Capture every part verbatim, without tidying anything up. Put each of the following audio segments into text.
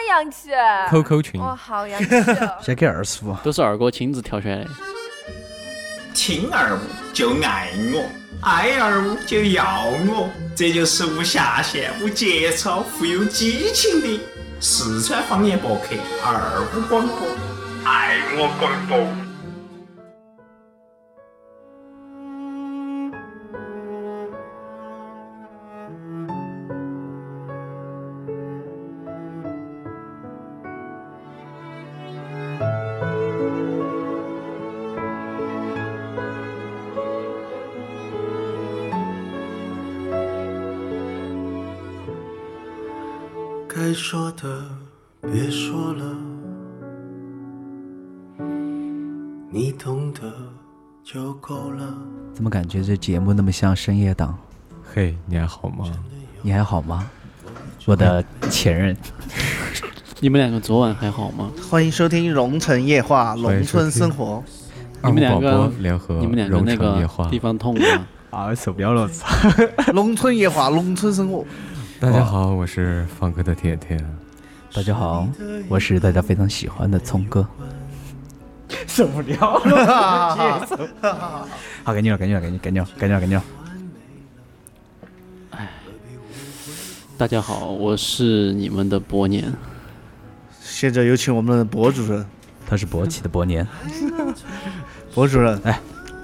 洋气 ，Q Q 群， 哇，好洋气哦！ 先给二十五， 都是二哥亲自挑选的。 听二五就爱我，爱二五就要我，这就是无下限、无节操、富有激情的四川方言博客二五广播，爱我广播。 该说的别说了，你懂得就够了。 怎么感觉这节目那么像深夜档？ 嘿，你还好吗？ 你还好吗？我的前任。 你们两个昨晚还好吗？ 欢迎收听《蓉城夜话》农村生活。 你们两个联合， 你们两个那个地方痛吗？ 啊，受不了了！ 农村夜话，农村生活。 大家好，我是放歌的铁铁。 大家好，我是大家非常喜欢的聪哥。受不了了，好，给你了，给你了，给你，给你了，给你了，给你了。 哎，大家好，我是你们的伯年。 现在有请我们的博主任， 他是博起的伯年。 博主任， 哎，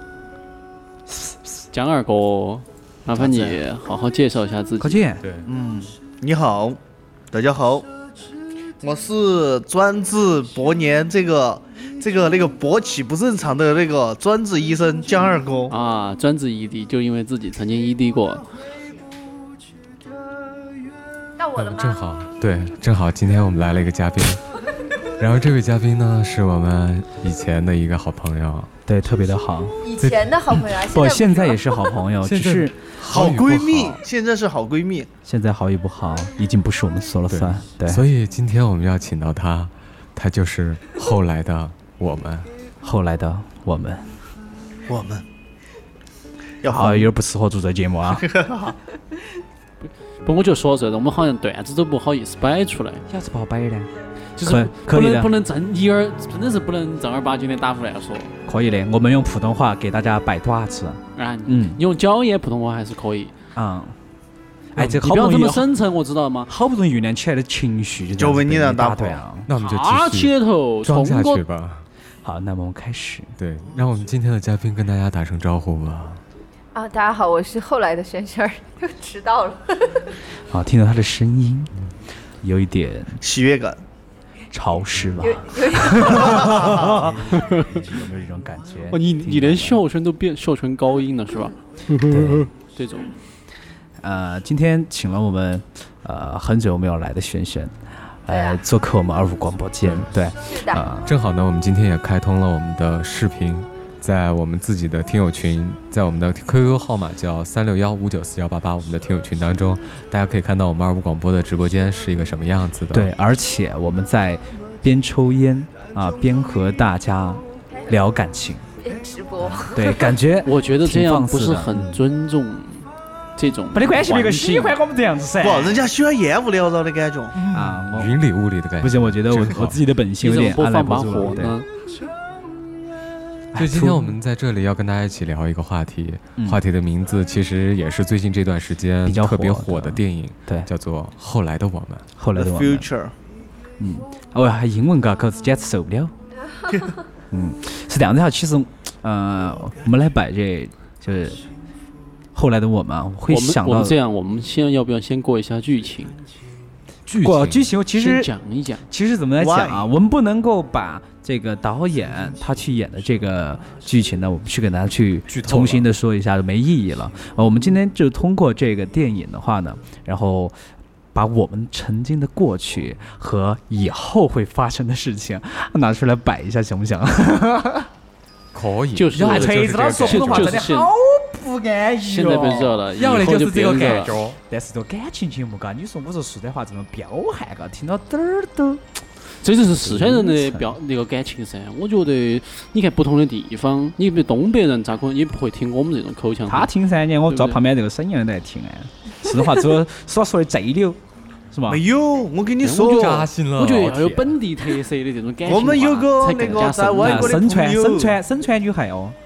江二哥。麻烦你好好介绍一下自己。 快进。 对， 嗯，你好，大家好，我是专治伯年这个这个那个勃起不正常的那个专治医生江二哥啊，专治 E D 就因为自己曾经 E D 过。 到我了吗？ 正好，对，正好今天我们来了一个嘉宾，然后这位嘉宾呢是我们以前的一个好朋友。 对，特别的好。 以前的好朋友啊， 不，现在也是好朋友，只是好闺蜜，现在是好闺蜜。 现在好与不好，已经不是我们说了算。对， 所以今天我们要请到他，他就是后来的我们， 后来的我们， 我们。要好，有点不适合做这节目啊。 不，我就说这个，我们好像段子都不好意思摆出来。 要是不好摆呢？ 就是不能不能正一儿，真的是不能正儿八经的打胡乱说。 可以的，我们用普通话给大家摆段子。 啊，嗯，用矫言普通话还是可以。 啊、嗯，哎，这好不容易这么深沉，我知道吗？ 好不容易酝酿起来的情绪， 就为你俩打断啊。 那我们就继续装下去吧。 好，那么我们开始。 对，让我们今天的嘉宾跟大家打声招呼吧。 啊，大家好，我是后来的轩轩，又迟到了。 好，听到他的声音，有一点喜悦感。 潮湿了，有没有这种感觉？ 哦，你你连笑声都变笑成高音了是吧？ 对， 这种。 呃，今天请了我们呃很久没有来的轩轩，呃做客我们二五广播间。对， 啊、 呃，正好呢，我们今天也开通了我们的视频，在我们自己的听友群，在我们的 Q Q 号码叫三六幺五九四幺八八，我们的听友群当中，大家可以看到我们二五广播的直播间是一个什么样子的。 对，而且我们在边抽烟啊边和大家聊感情， 边直播。 对，感觉我觉得这样不是很尊重这种。 没得关系，别个喜欢我们这样子噻。 不，人家喜欢烟雾缭绕的感觉啊， 云里雾里的感觉。 不行，我觉得我我自己的本性有点按捺不住了。 所以今天我们在这里要跟大家一起聊一个话题，嗯、话题的名字其实也是最近这段时间特别火的电影， 对， 叫做《后来的我们》。 后来的我们。 Future。 嗯，哦，还英文嘎，可是简直受不了。嗯，是这样子哈，其实，呃，我们来摆这就是后来的我们，会想到我们这样，我们先要不要先过一下剧情？ 剧情，剧情其实讲一讲， 其实怎么来讲啊？我们不能够把这个导演他去演的这个剧情呢，我们去给大家去重新的说一下，就没意义了。呃，我们今天就通过这个电影的话呢，然后把我们曾经的过去和以后会发生的事情拿出来摆一下，行不行？ 可以， 就是要锤子老说普通话真的好不安逸哦。 现在被热了， 要的就是这个感觉。 但是这感情节目，嘎，你说我说四川话这么彪悍，嘎，听到点儿都。 这就是四川人的表那个感情噻。我觉得你看不同的地方，你比如东北人咋可能也不会听我们这种口腔？ 他听噻，你我坐旁边这个沈阳人在听哎。四川话主要所说的贼溜。 是吧？ 没有，我跟你说， 扎心了。 我觉得要有本地特色的这种感情我们有个才那个更加深在外国的身传朋友身传身传女孩哦。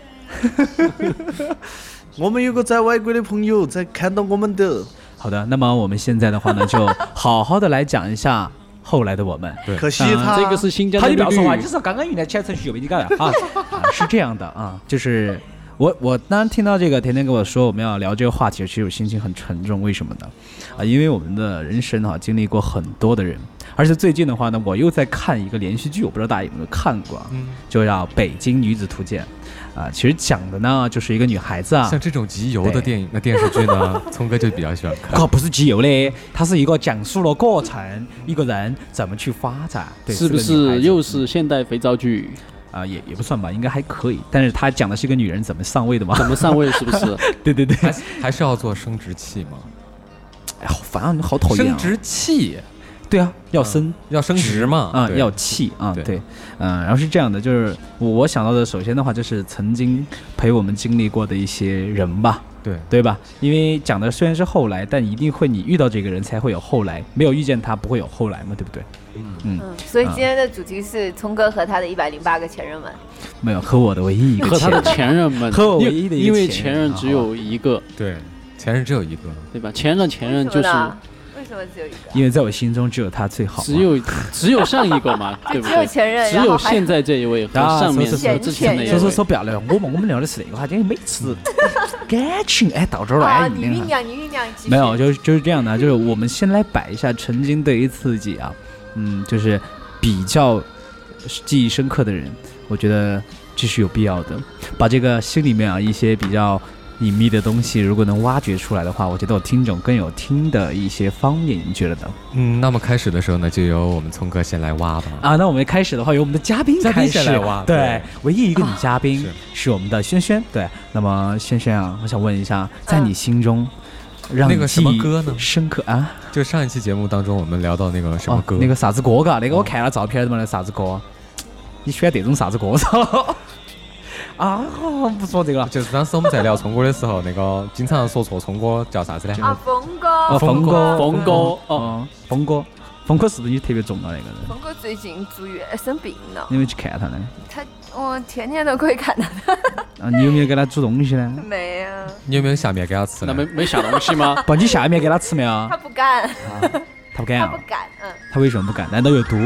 我们有个在外国的朋友在看到我们的。 好的，那么我们现在的话呢，就好好的来讲一下后来的我们。 对， 可惜他、 这个是新疆的绿他就不要说话，你是刚刚用的前程序，你搞的啊？是这样的啊，就是我我当然听到这个甜甜跟我说我们要聊这个话题，其实我心情很沉重。为什么呢？啊，因为我们的人生哈、啊、经历过很多的人，而且最近的话呢，我又在看一个连续剧，我不知道大家有没有看过啊， 嗯， 就叫《北京女子图鉴》。啊，其实讲的呢，就是一个女孩子啊， 像这种集邮的电影、那电视剧呢，聪哥就比较喜欢看。 哦，不是集邮的，它是一个讲述了过程，一个人怎么去发展，对， 是不是又是现代肥皂剧？ 啊、呃，也也不算吧，应该还可以。但是他讲的是一个女人怎么上位的嘛？ 怎么上位？是不是？ 对对对， 还还是要做生殖器吗？ 哎，好烦啊！你好讨厌、啊。 生殖器。 对啊，要生、 嗯、要生殖嘛， 啊、嗯，要气啊，对，对嗯，然后是这样的，就是我想到的，首先的话就是曾经陪我们经历过的一些人吧， 对对吧？因为讲的虽然是后来，但一定会你遇到这个人才会有后来，没有遇见他不会有后来嘛，对不对？ 嗯嗯， 所以今天的主题是聪哥和他的一百零八个前任们。 没有，和我的唯一一个和他的前任们， 和我唯一的一个因为前任只有一个， 对，前任只有一个， 对吧？前任前任就是。 为什么只有一个？ 因为在我心中只有他最好。 只有只有上一个嘛，对不对？ 只有前任， 只有现在这一位和上面之前那一位。 所以说说不要聊，我们我们聊的是那个话，因为每次感情哎到这儿来， 你酝酿，你酝酿。 没有，就是就是这样的，就是我们先来摆一下曾经对于自己啊，嗯，就是比较记忆深刻的人，我觉得这是有必要的，把这个心里面啊一些比较隐秘的东西，如果能挖掘出来的话，我觉得我听众更有听的一些方面，你觉得呢？ 嗯，那么开始的时候呢，就由我们聪哥先来挖吧。 啊，那我们开始的话，由我们的嘉宾开始来挖。 对，对唯一一个女嘉宾、 啊、 是, 是我们的轩轩。对，那么轩轩啊，我想问一下，在你心中，让那个什么歌呢？ 深刻啊！ 就上一期节目当中，我们聊到那个什么歌？ 哦、那个啥子歌嘎？那个我看了照片嘛，那啥子歌？你选这种啥子歌手？啊，不说这个了， 就是当时我们在聊聪哥的时候，那个经常说错聪哥叫啥子呢？ 啊，峰哥， 哦，峰哥， 峰哥， 哦，峰哥，峰哥是不是你特别重要的那个人？ 峰哥最近住院生病了， 你有没有去看他呢？ 他，我天天都可以看到他。 啊，你有没有给他煮东西呢？ 没有。 你有没有下面给他吃？ 那没没下东西吗？ 不，你下面给他吃没有？ 他不敢。 啊他不敢啊？ 他不敢，嗯。 他为什么不敢？难道有毒？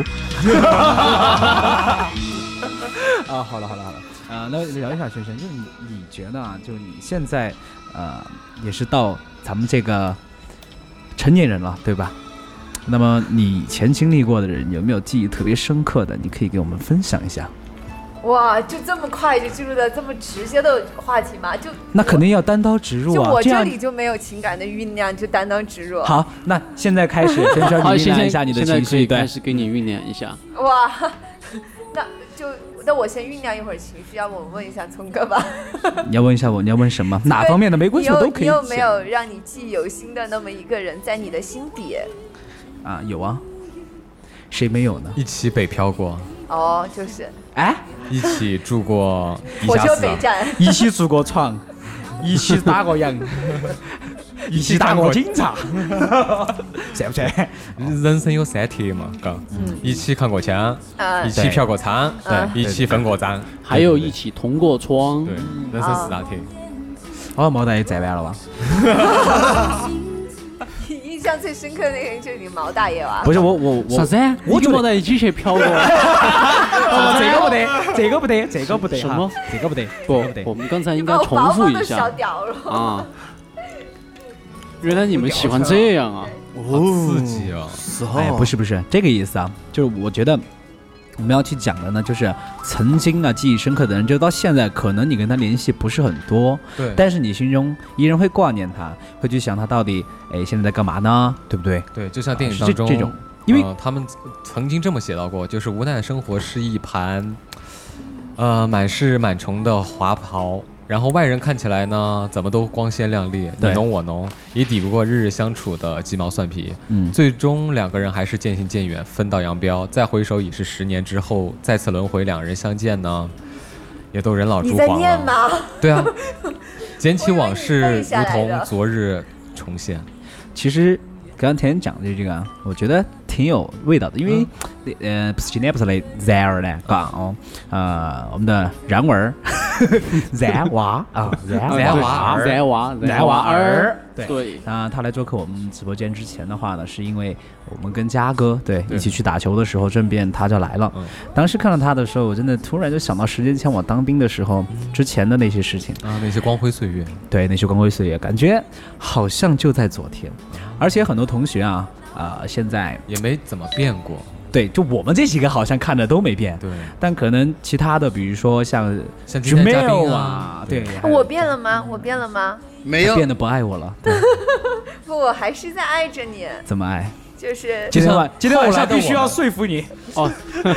啊，好了好了好了，呃，那聊一下轩轩，就是你你觉得啊，就你现在呃也是到咱们这个成年人了，对吧？那么你以前经历过的人有没有记忆特别深刻的？你可以给我们分享一下。 哇，就这么快就进入到这么直接的话题吗？就那肯定要单刀直入啊！ 就我这里就没有情感的酝酿，就单刀直入。 好，那现在开始，轩轩，你酝酿一下你的情绪， 对，开始给你酝酿一下。 哇，那就那我先酝酿一会儿情绪，要不我问一下聪哥吧？ 你要问一下我，你要问什么？哪方面的没关系，我都可以。 你有没有让你记忆犹新的那么一个人，在你的心底？ 啊，有啊。谁没有呢？ 一起北漂过。 哦，就是。 哎。 一起住过地下室、啊。 火车北站。 一起住过床。一起打过烊。一起打过警察。算不算？ 人生有三铁嘛，嘎、嗯。一起扛过枪。 嗯、 一起嫖过娼。 嗯、 对。一起分过赃。 还有一起通过窗。 对。人生四大铁。 哦，毛大爷站完了吧？ 印象最深刻的那个人就是你毛大爷哇！ 不是我我我啥子？我跟毛大爷一起去嫖过。 哦，这个不得，这个不得，这个不得。 什么？ 这个不得， 不，我们刚才应该重复一下。啊！原来你们喜欢这样啊！ 好刺激啊！ 哎，不是不是这个意思啊，就是我觉得。我们要去讲的呢，就是曾经呢记忆深刻的人，就到现在可能你跟他联系不是很多， 对， 但是你心中依然会挂念他，会去想他到底哎现在在干嘛呢？对不对？ 对，就像电影当中、 啊、这, 这种，因为、 呃、他们曾经这么写到过，就是无奈生活是一盘，呃满是螨虫的华袍。然后外人看起来呢，怎么都光鲜亮丽，你侬我侬，也抵不过日日相处的鸡毛蒜皮。 嗯， 最终两个人还是渐行渐远，分道扬镳。再回首已是十年之后，再次轮回，两人相见呢，也都人老珠黄了。 你在念吗？ 对啊，捡起往事，如同昨日重现。 其实刚刚甜甜讲的这个，我觉得挺有味道的，因为、嗯、呃，不是今天不是那然而呢，嘎哦，呃，我们的然儿，然娃啊，然然娃儿， 然娃然娃儿， 对对，啊，他来做客我们直播间之前的话呢，是因为我们跟嘉哥对一起去打球的时候，顺便他就来了。嗯、当时看到他的时候，我真的突然就想到十年前我当兵的时候、嗯、之前的那些事情啊，那些光辉岁月。 对，那些光辉岁月，感觉好像就在昨天，而且很多同学啊，啊、呃，现在也没怎么变过。 对，就我们这几个好像看的都没变， 对， 但可能其他的，比如说像像今天嘉宾啊，对， 我变了吗？我变了吗？ 没有， 变得不爱我了。 不，我还是在爱着你。 怎么爱？ 就是今天晚今天晚上必须要说服你哦。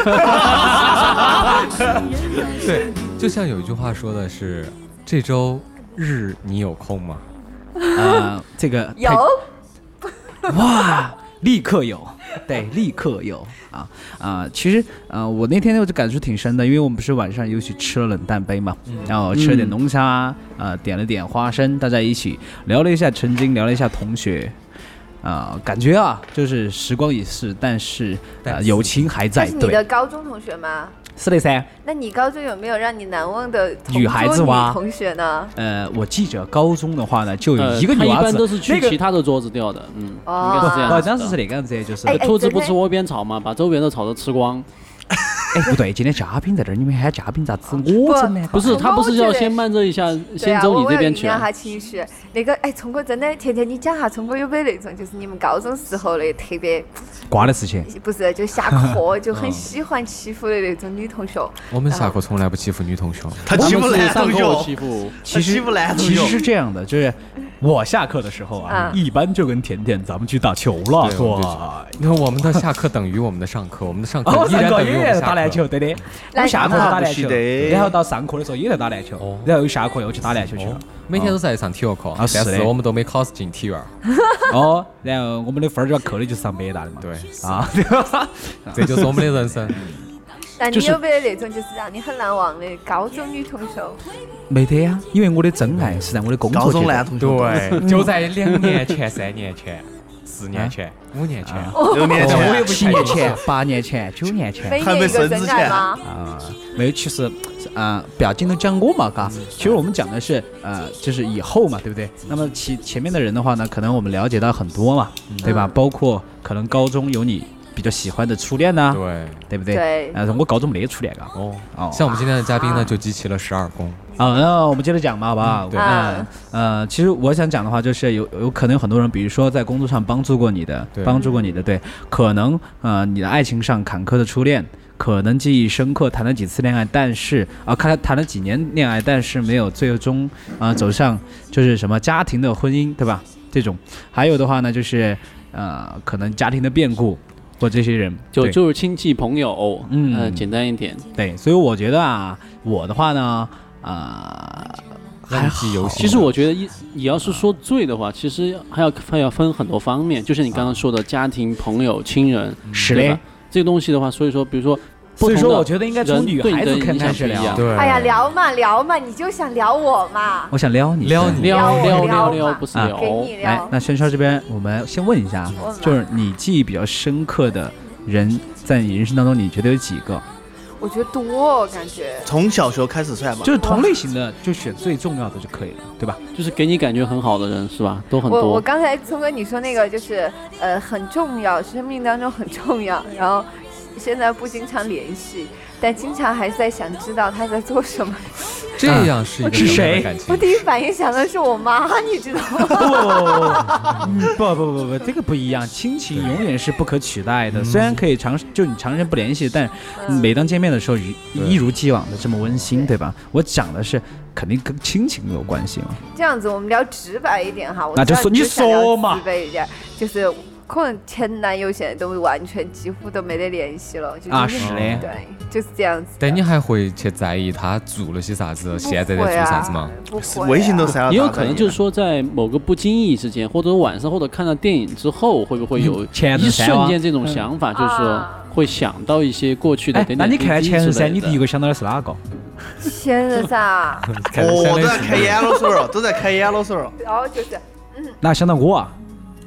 对，就像有一句话说的是，这周日你有空吗？ 呃，这个有。 哇，立刻有。对，立刻有啊啊、呃！其实呃，我那天我就感触挺深的，因为我们不是晚上又去吃了冷淡杯嘛，嗯、然后吃了点龙虾，呃，点了点花生，大家一起聊了一下曾经，聊了一下同学，啊、呃，感觉啊，就是时光已逝，但是呃，友情还在。 他是你的高中同学吗？ 是的噻。 那你高中有没有让你难忘的女孩子哇同学呢？ 呃，我记着高中的话呢，就有一个女孩子， 呃、 一般都是去其他的桌子钓的，嗯， 哦、 应该是这样子。 当时是那个样子，就是、 哎、 兔子不吃窝边草嘛，把周边的草都吃光。 哎，不对，今天嘉宾在这儿，你们喊嘉宾咋子我整呢？ 不是，他不是要先慢着一下，先走你这边去啊？我要酝酿下情绪。那个，哎，聪哥真的，甜甜，你讲下聪哥有没有那种，就是你们高中时候的特别瓜的事情？ 不是，就下课就很喜欢欺负的那种女同学。 我们下课从来不欺负女同学， 他欺负男同学， 欺负。 其实其实是这样的，就是我下课的时候啊，一般就跟甜甜咱们去打球了，是吧？ 你看我们的下课等于我们的上课，我们的上课依然等于我们打篮球，对的。我们下课打篮球，然后到上课的时候也在打篮球， 哦、 然后又下课又去打篮球去了。哦、 每天都在上体育课， 啊、 但是我们都没考试进体院。 哦，然后我们的分儿就要扣的就是上北大的嘛。 对啊， 这就是我们的人生。 那你有没有那种就是让你很难忘的高中女同学？ 没得呀，因为我的真爱是在我的工作高中男同学。 对，就在两年前、三年前。四年前、五年前、 六年前、 七年前、八年前、九年前， 还没生之前吗？ 啊，没有，其实啊，不要紧都讲过嘛，嘎。其实我们讲的是呃，就是以后嘛，对不对？那么其前面的人的话呢，可能我们了解到很多嘛，对吧？包括可能高中有你比较喜欢的初恋呐， 对， 对不对？ 对。 呃，我高中没得初恋嘎。 哦哦，像我们今天的嘉宾呢，就集齐了十二宫。 啊，那我们接着讲吧，好不好？ 对， 嗯呃，其实我想讲的话，就是有有可能有很多人，比如说在工作上帮助过你的，帮助过你的，对，可能呃你的爱情上坎坷的初恋，可能记忆深刻，谈了几次恋爱，但是啊，看他谈了几年恋爱，但是没有最终啊、呃、走上就是什么家庭的婚姻，对吧？这种，还有的话呢，就是呃可能家庭的变故。或这些人就就是亲戚朋友， 嗯、 呃，简单一点。 对，所以我觉得啊，我的话呢，啊、呃，还好。 其实我觉得，一你要是说醉的话，其实还要还要分很多方面，就是你刚刚说的家庭、朋友、亲人， 是嘞。 这个东西的话，所以说，比如说。 所以说，我觉得应该从女孩子开始聊。 对， 哎呀，聊嘛聊嘛，你就想聊我嘛。 我想撩你， 撩你， 撩撩撩撩，不是聊。 来，那轩轩这边，我们先问一下，就是你记忆比较深刻的人，在你人生当中，你觉得有几个？ 我觉得多，我感觉。 从小学开始算吧。 就是同类型的，就选最重要的就可以了，对吧？ 就是给你感觉很好的人，是吧？都很多。 我我刚才聪哥你说那个，就是呃很重要，生命当中很重要，然后。现在不经常联系，但经常还是在想知道他在做什么。 这样是一个什么样的感情？ 我第一反应想的是我妈，你知道吗？不不不不不，这个不一样，亲情永远是不可取代的。虽然可以长，就你长时间不联系，但每当见面的时候，一如既往的这么温馨，对吧？我讲的是肯定跟亲情有关系嘛。 这样子，我们聊直白一点哈， 那就说你说嘛， 直白一点就是。可能前男友现在都完全几乎都没得联系了，就是、 啊是的， 对，就是这样子。 但你还会去在意他做了些啥子，现在在做啥子吗？ 不会、啊， 微信都删了。 也有可能就是说，在某个不经意之间，或者晚上或者看到电影之后，会不会有一瞬间这种想法，就是说会想到一些过去的点点滴滴之类的。 那你看前任三，你第一个想到的是哪个？ 前任噻。 哦，都在开眼了时候，都在开眼了时候。 然后就是，嗯。 那想到我啊。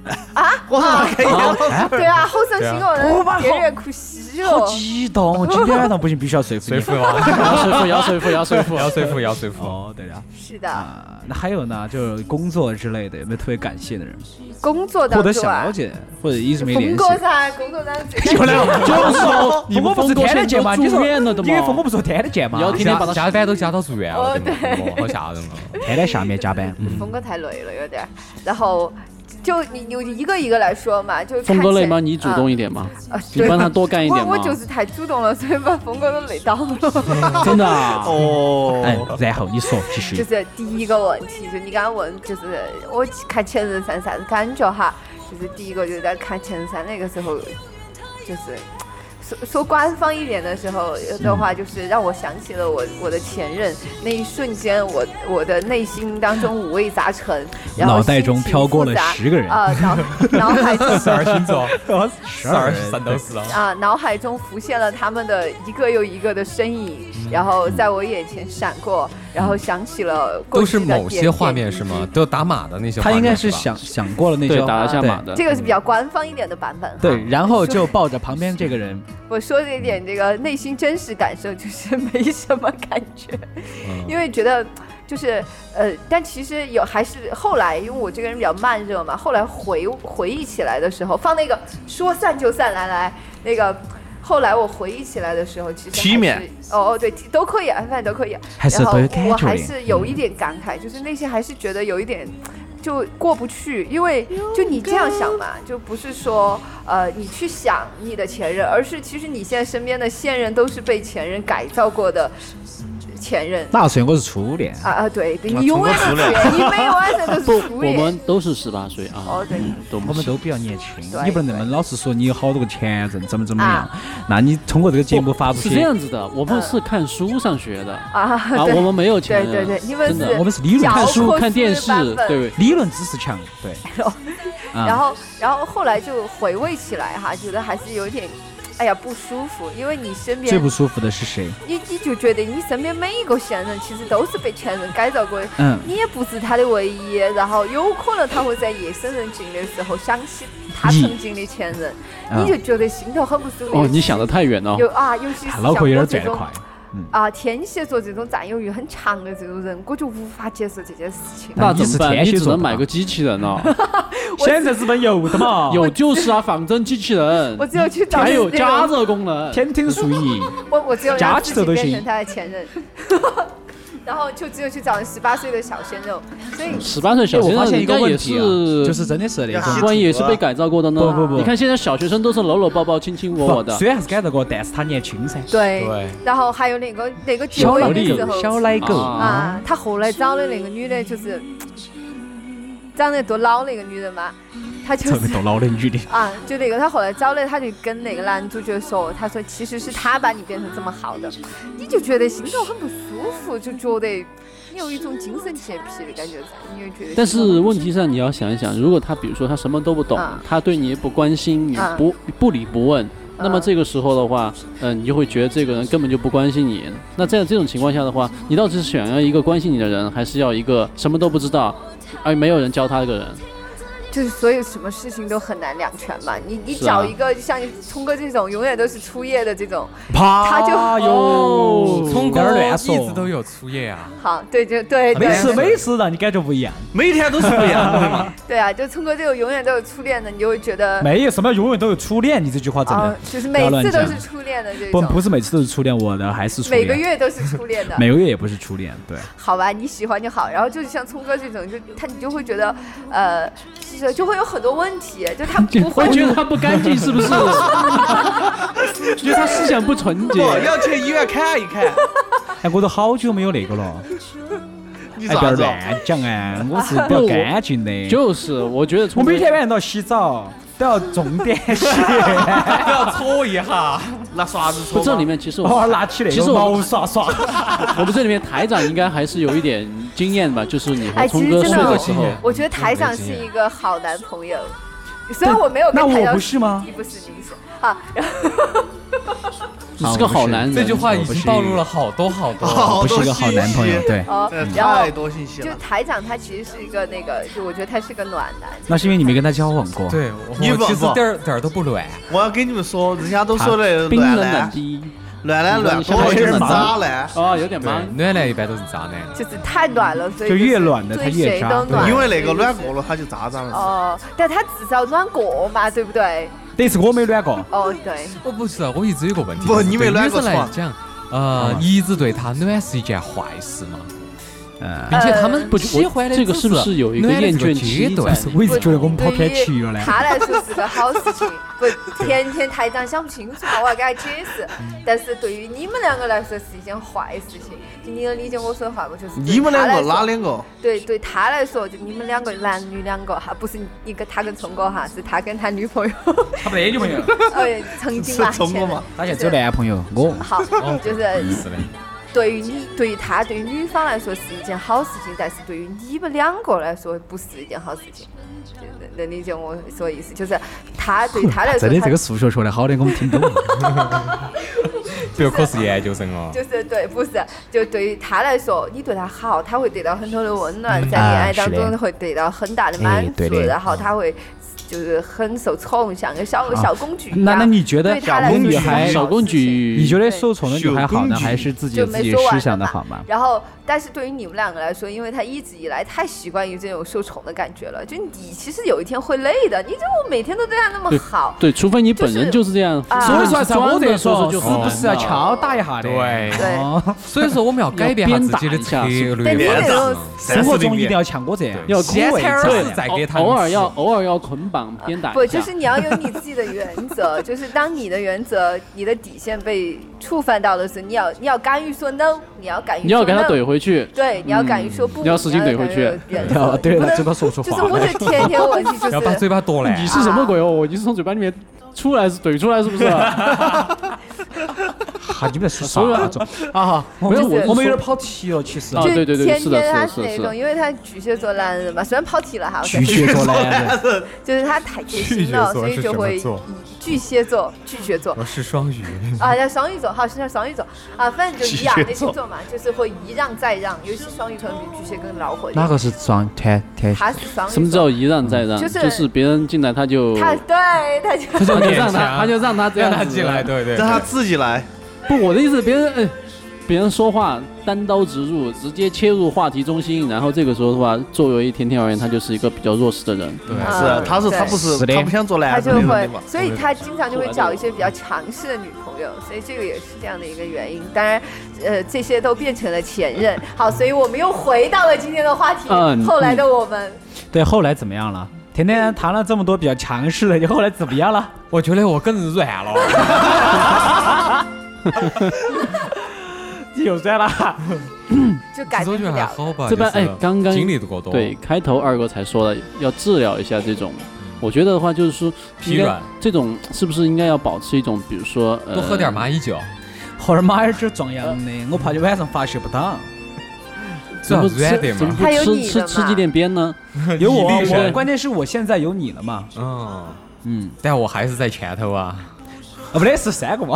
啊， 我他妈可以了。 对啊，好伤心哦，电源哭稀了。 好激动！今天晚上不行，必须要说服你。 说服啊！ 要说服，要说服， 要说服，要说服。 哦，对了。 是的。 啊，那还有呢，就是工作之类的，有没有特别感谢的人？ 工作当中啊， 或者想了解，或者一直没联系。 峰哥噻，工作当中最。 就来，就是说， 你们不是天天见嘛？你说， 因为峰哥不是天天见嘛？ 要天天把他加班都加到住院了， 对， 好吓人啊！ 天天下面加班， 峰哥太累了有点，然后。就你你一个一个来说嘛，就峰哥累吗？你主动一点嘛， 啊、 你帮他多干一点嘛。 我我就是太主动了，所以把峰哥都累到了。 真的啊？ 哦。 哎，然后你说继续。 就是第一个问题，就你刚刚问，就是我看前任三啥子感觉哈？就是第一个就是在看前任三那个时候，就是。说说官方一点的时候的话，就是让我想起了我我的前任，那一瞬间我我的内心当中五味杂陈，然后脑袋中飘过了十个人啊，脑脑海中十二星座， 十二三都是啊，脑海中浮现了他们的一个又一个的身影，然后在我眼前闪过，然后想起了都是某些画面是吗？都打码的那些画面，他应该是想想过了那些， 对，打了下码的， 这个是比较官方一点的版本。 对，然后就抱着旁边这个人。 我说这一点，这个内心真实感受就是没什么感觉，嗯、因为觉得就是呃，但其实有还是后来，因为我这个人比较慢热嘛，后来回回忆起来的时候，放那个说散就散，来来那个。后来我回忆起来的时候，其实体面哦哦对，都可以，反正都可以。 还是都有感觉。 我还是有一点感慨，就是内心还是觉得有一点。就过不去，因为就你这样想嘛，就不是说呃你去想你的前任，而是其实你现在身边的现任都是被前任改造过的前任。 那虽然我是初恋啊啊对对，你永远是初恋，你每晚上都是初恋。 我们都是十八岁啊。 哦对， 我们都比较年轻，你不能那么老是说你有好多个前任怎么怎么样。那你通过这个节目发布是这样子的，我们是看书上学的啊啊，我们没有前任。 对对对，你们是我们是理论看书看电视，对。 理论知识强，对。 然后，然后后来就回味起来哈，觉得还是有点，哎呀不舒服，因为你身边最不舒服的是谁？ 你你就觉得你身边每一个现任其实都是被前任改造过的， 嗯， 你也不是他的唯一，然后有可能他会在夜深人静的时候想起他曾经的前任，你就觉得心头很不舒服。 哦，你想得太远了。 有啊，尤其是脑壳有点转得快。 嗯、啊，天蝎座这种占有欲很强的这种人，我就无法接受这件事情。 那怎么办？你只能买个机器人了。 现在日本有的嘛？ 有就是啊，仿真机器人。 我只有去找。 还有加热功能， 天庭属于。 我我只有加起来都行。 变成他的前任。然后就只有去找十八岁的小鲜肉，所以十八岁小鲜肉应该也是， 就是真的是那种，万一也是被改造过的呢？ 不不不， 你看现在小学生都是搂搂抱抱、亲亲我我的， 虽然是改造过，但是他年轻噻。 对。然后还有那个那个小奶狗，小奶狗啊，他后来找的那个女的，就是长得多老那个女人嘛。他就是多老的女的啊，就那个他后来找了，他就跟那个男主角说，他说其实是他把你变成这么好的，你就觉得心头很不舒服，就觉得你有一种精神洁癖的感觉在，你会觉得。 但是问题上你要想一想，如果他比如说他什么都不懂，啊、他对你不关心，你不、啊、不理不问。那么这个时候的话，嗯、呃，你就会觉得这个人根本就不关心你。那在这种情况下的话，你到底是想要一个关心你的人，还是要一个什么都不知道，而没有人教他这个人？ 就是所有什么事情都很难两全嘛，你你找一个像聪哥这种永远都是初夜的这种，他就哦，聪哥一直都有初夜啊。 好，对对对对， 每次每次让你感觉不一样， 每天都是不一样的嘛。 对啊，就聪哥这种永远都有初恋的，你就会觉得没有什么永远都有初恋，你这句话真的、 哦、就是每次都是初恋的这种。 不不是每次都是初恋，我的还是初恋。 每个月都是初恋的， 每个月也不是初恋，对。 好吧，你喜欢就好，然后就是像聪哥这种，就他你就会觉得呃。就会有很多问题，就他不会觉得他不干净，是不是？觉得他思想不纯洁， 要去医院看一看。 哎，我都好久没有那个了。 你哎，不要乱讲啊！我是比较干净的。 就是，我觉得我每天晚上都要洗澡，都要重点洗， 都要搓一下。 拿刷子搓。 这里面其实我哦，拿起来， 其实毛刷刷。 我们这里面台长应该还是有一点经验吧，就是你和聪哥睡的时候， 我觉得台长是一个好男朋友。虽然我没有跟台长， 那我不是吗？ 你不是，你不是啊。然后你是个好男人。 这句话已经暴露了好多好多， 不是一个好男朋友。对， 哦，然后太多信息了。 就台长他其实是一个那个，就我觉得他是个暖男。 那是因为你没跟他交往过。 对，我其实点儿点儿都不暖。 我要跟你们说，人家都说的冰冷暖冷的。 暖男暖多有点渣男哦，有点忙。 暖男一般都是渣男， 就是太暖了，所以就越暖的他越渣。 因为那个暖过了，他就渣渣了。 哦，但他至少暖过嘛，对不对？ 但是我没暖过。 哦，对。 我不是，我一直有个问题。 不，你没暖过。 对女生来讲，呃，一直对他暖是一件坏事吗？嗯，并且他们不喜欢的这个是不是有一个厌倦期？ 对，我一直觉得我们跑偏题了呢。 他来说是个好事情，不，天天台长想不清楚嘛，我要给他解释。但是对于你们两个来说是一件坏事情，就你能理解我说的话不？就是你们两个哪两个？ 对，对他来说，就你们两个男女两个哈，不是一个他跟聪哥哈，是他跟他女朋友。 他没女朋友。 呃，曾经吧， 聪哥嘛， 他现在只有男朋友。我。 好，就是。对于你，对于他，对于女方来说是一件好事情，但是对于你们两个来说不是一件好事情。能理解我说的意思，就是他对他来说， 真的这个数学说的好的，我们听懂了。 这个可是研究生哦。 就是对，不是，就对于他来说，你对他好，他会得到很多的温暖，在恋爱当中会得到很大的满足，然后他会。就是很受宠，像个小小公举。 那那你觉得小公举还小公举？ 你觉得受宠的女孩好呢，还是自己有自己思想的好吗？ 然后，但是对于你们两个来说，因为他一直以来太习惯于这种受宠的感觉了，就你其实有一天会累的。你就我每天都对他那么好， 对，除非你本人就是这样。 所以说才我这说， 是不是要敲打一下的？ 对对。 所以说我们要改变下自己的策略。 生活中一定要像我这样， 要先对，再给他偶尔要偶尔要捆绑鞭打。 不，就是你要有你自己的原则，就是当你的原则、你的底线被触犯到的时候，你要你要敢于说 no， 你要敢于你要给他怼回去， 对，你要敢于说不， 你要使劲怼回去， 对了，嘴巴说出话。 就是我的天天问题就是要把嘴巴剁烂。 你是什么鬼哦？你是从嘴巴里面出来是怼出来是不是？ 哈，你们在说啥子啊？没有，我们有点跑题了，其实。 啊，对对对，是的， 他是那种，因为他巨蟹座男人嘛，虽然跑题了哈。 巨蟹座男人， 就是他太贴心了，所以就会巨蟹座、巨蟹座。 我是双鱼。 啊，叫双鱼座，好，是双鱼座啊，反正就一样的星座嘛，就是会一让再让，尤其双鱼可能比巨蟹更恼火。 哪个是双天天？ 他是双鱼。 什么叫一让再让？就是别人进来他就他对他就他就让他他就让他这样他进来，对对， 让他自己来。 不，我的意思，别人，哎，别人说话单刀直入，直接切入话题中心，然后这个时候的话，作为甜甜而言，他就是一个比较弱势的人。 对， 是啊，他是他不是他不想做男人， 他就会，所以他经常就会找一些比较强势的女朋友，所以这个也是这样的一个原因。当然，呃，这些都变成了前任。好，所以我们又回到了今天的话题。嗯，后来的我们， 对，后来怎么样了？甜甜谈了这么多比较强势的，你后来怎么样了？ 我觉得我更软了。 你又软了， 就改变不了。 还好吧， 这边哎，刚刚经历的过多。 对，开头二哥才说了要治疗一下这种，我觉得的话就是说疲软， 这种是不是应该要保持一种，比如说多喝点蚂蚁酒， 喝点蚂蚁酒壮阳的，我怕你晚上发泄不到。 怎么吃？怎么不吃吃吃几点边呢？ 有我，我关键是我现在有你了嘛。 嗯嗯，但我还是在前头啊。 啊，不得是三个嘛。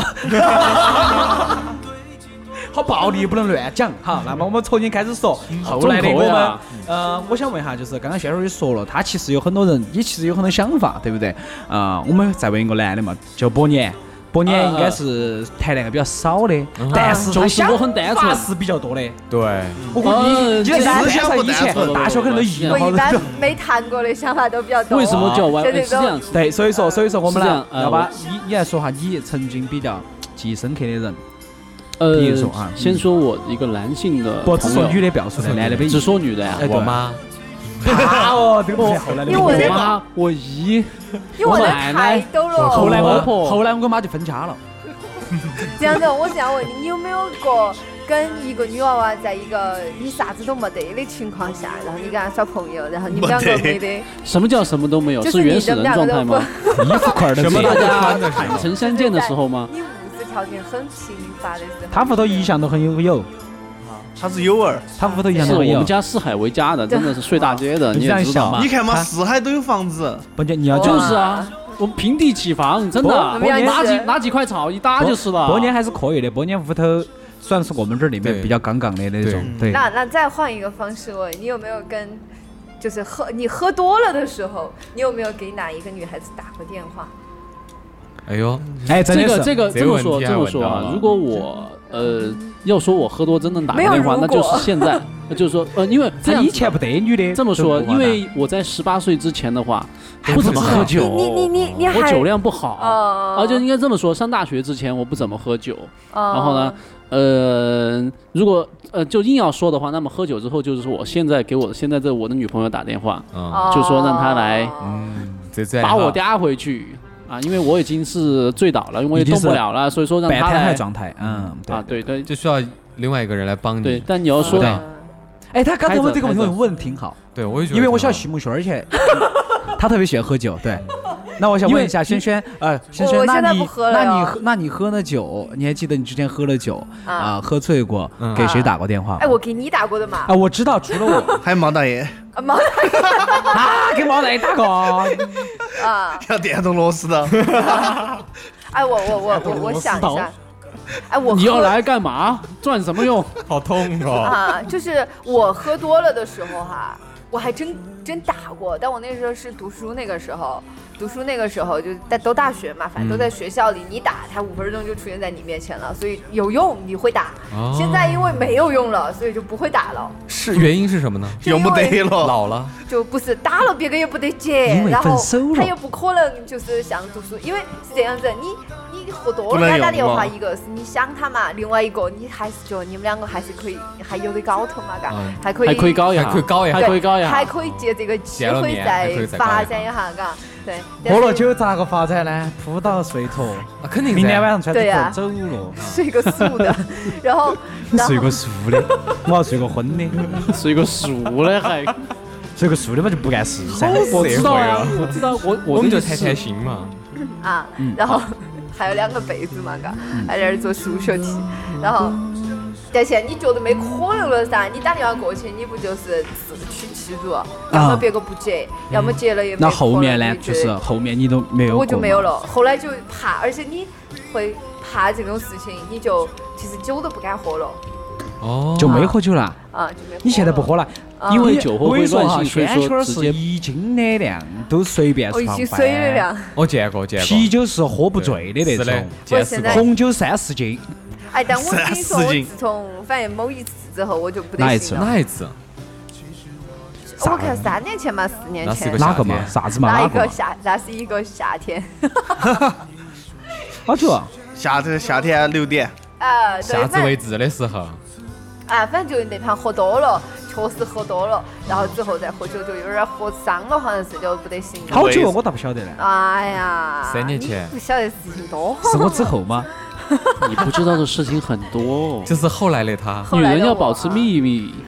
好暴力，不能乱讲哈。那么我们重新开始说后来的我们。呃，我想问一下，就是刚刚薛老师说了，他其实有很多人，也其实有很多想法，对不对？啊、呃，我们再问一个男的嘛，叫伯年。伯年应该是谈恋爱比较少的，嗯、但是他想法是比较多的。 对， 我估计你思想不单纯，大学可能都一我一般没谈过的想法都比较多。 为什么叫歪？是这样？ 对，所以说，所以说我们来要把你你来说下你曾经比较记忆深刻的人。 呃， 比如说啊， 先说我一个男性的， 不只说女的不要说的，男的只说女的呀。 我妈。 啊哦，这个不是后来的。 因为我妈，我姨， 因为我的太多了。 后来我后来我跟妈就分家了。 这样子，我是要问你，你有没有过跟一个女娃娃在一个你啥子都没得的情况下，然后你跟她耍朋友，然后你们两个没得？ 什么叫什么都没有？是原始人状态吗？ 衣服块的， 什么大家坦诚相见的时候吗？ 你物质条件很贫乏的时候。 他屋头一向都很有有。 他是有儿， 他屋头一向都有。我们家四海为家的，真的是睡大街的，你也知道。 你看嘛，四海都有房子， 不你你要就是啊， 我们平地起房，真的，拿几拿几块草一搭就是了。 伯年还是可以的，伯年屋头算是我们这里面比较杠杠的那种。对。 那那再换一个方式问，你有没有跟，就是喝你喝多了的时候，你有没有给哪一个女孩子打过电话？ 哎呦， 哎，这个这个这么说这么说啊，如果我呃要说我喝多真正打过电话，那就是现在，就是说呃，因为他以前不得女的。 这么说，因为我在十八岁之前的话，不怎么喝酒， 你你你你我酒量不好，啊，就应该这么说，上大学之前我不怎么喝酒，然后呢，呃，如果呃就硬要说的话，那么喝酒之后就是我现在给我现在这我的女朋友打电话，就说让她来把我嗲回去。啊，因为我已经是醉倒了，因为动不了了，所以说让他来状态，嗯， 啊，对对， 就需要另外一个人来帮你。 对，但你要说， 哎，他刚才问这个问题问挺好， 对我也觉得， 因为我晓得徐木轩，而且他特别喜欢喝酒，对。那我想问一下轩轩，呃，轩轩，那你那你喝那你喝了酒，你还记得你之前喝了酒啊，喝醉过，给谁打过电话？ 哎，我给你打过的嘛。 啊，我知道，除了我， 还有毛大爷。 毛大爷啊，给毛大爷打过啊， 要电动螺丝的。 哎，我我我我我想一下，哎，我你要来干嘛？赚什么用？ 好痛哦！ 啊，就是我喝多了的时候哈，我还真真打过，但我那时候是读书那个时候。读书那个时候就在都大学嘛，反正都在学校里，你打他五分钟就出现在你面前了，所以有用你会打。哦、现在因为没有用了，所以就不会打了。 是原因是什么呢？ 用不得了， 老了就不是打了，别个也不得接，然后他也不可能就是像读书，因为是这样子，你你喝多了给他打电话，一个是你想他嘛，另外一个你还是觉得你们两个还是可以还有的搞头嘛，嘎、嗯，还可以还可以搞一下， 还可以搞一下， 还可以搞一下， 还可以借这个机会再发展一下，嘎。对， 喝了酒咋个发展呢？扑倒睡坨， 啊，肯定明天晚上穿着走了， 睡个素的，然后睡个素的，我要睡个荤的， 睡个素的还睡个素的嘛就不干事噻。 我知道呀，我知道，我我们就谈谈心嘛。 啊，然后还有两个被子嘛，嘎，还在那儿做数学题，然后。但现在你觉得没可能了噻？你打电话过去，你不就是自取其辱？要么别个不接，嗯、要么接了也没。 那后面呢？就是后面你都没有。 我就没有了，后来就怕，而且你会怕这种事情，你就其实酒都不敢喝了。 哦，就没喝酒了。 啊，就没喝。 你现在不喝了， 因为酒后会乱性，所以说是一斤的量都随便放。一斤水的量。 我见过，见过。 啤酒是喝不醉的那种，红酒三四斤。 哎，但我跟你说，我自从反正某一次之后，我就不得行了。 哪一次？ 我看三年前嘛，四年前。 哪个嘛？啥子嘛？ 哪一个夏？那是一个夏天。 好久啊！ 夏天夏天六点。 啊， 夏至未至的时候。 啊，反正就那盘喝多了，确实喝多了，然后之后再喝酒就有点喝伤了，好像是就不得行。 好久我倒不晓得了。 哎呀， 三年前。 不晓得事情多。 是我之后吗？ 你不知道的事情很多， 就是后来的他。 女人要保持秘密。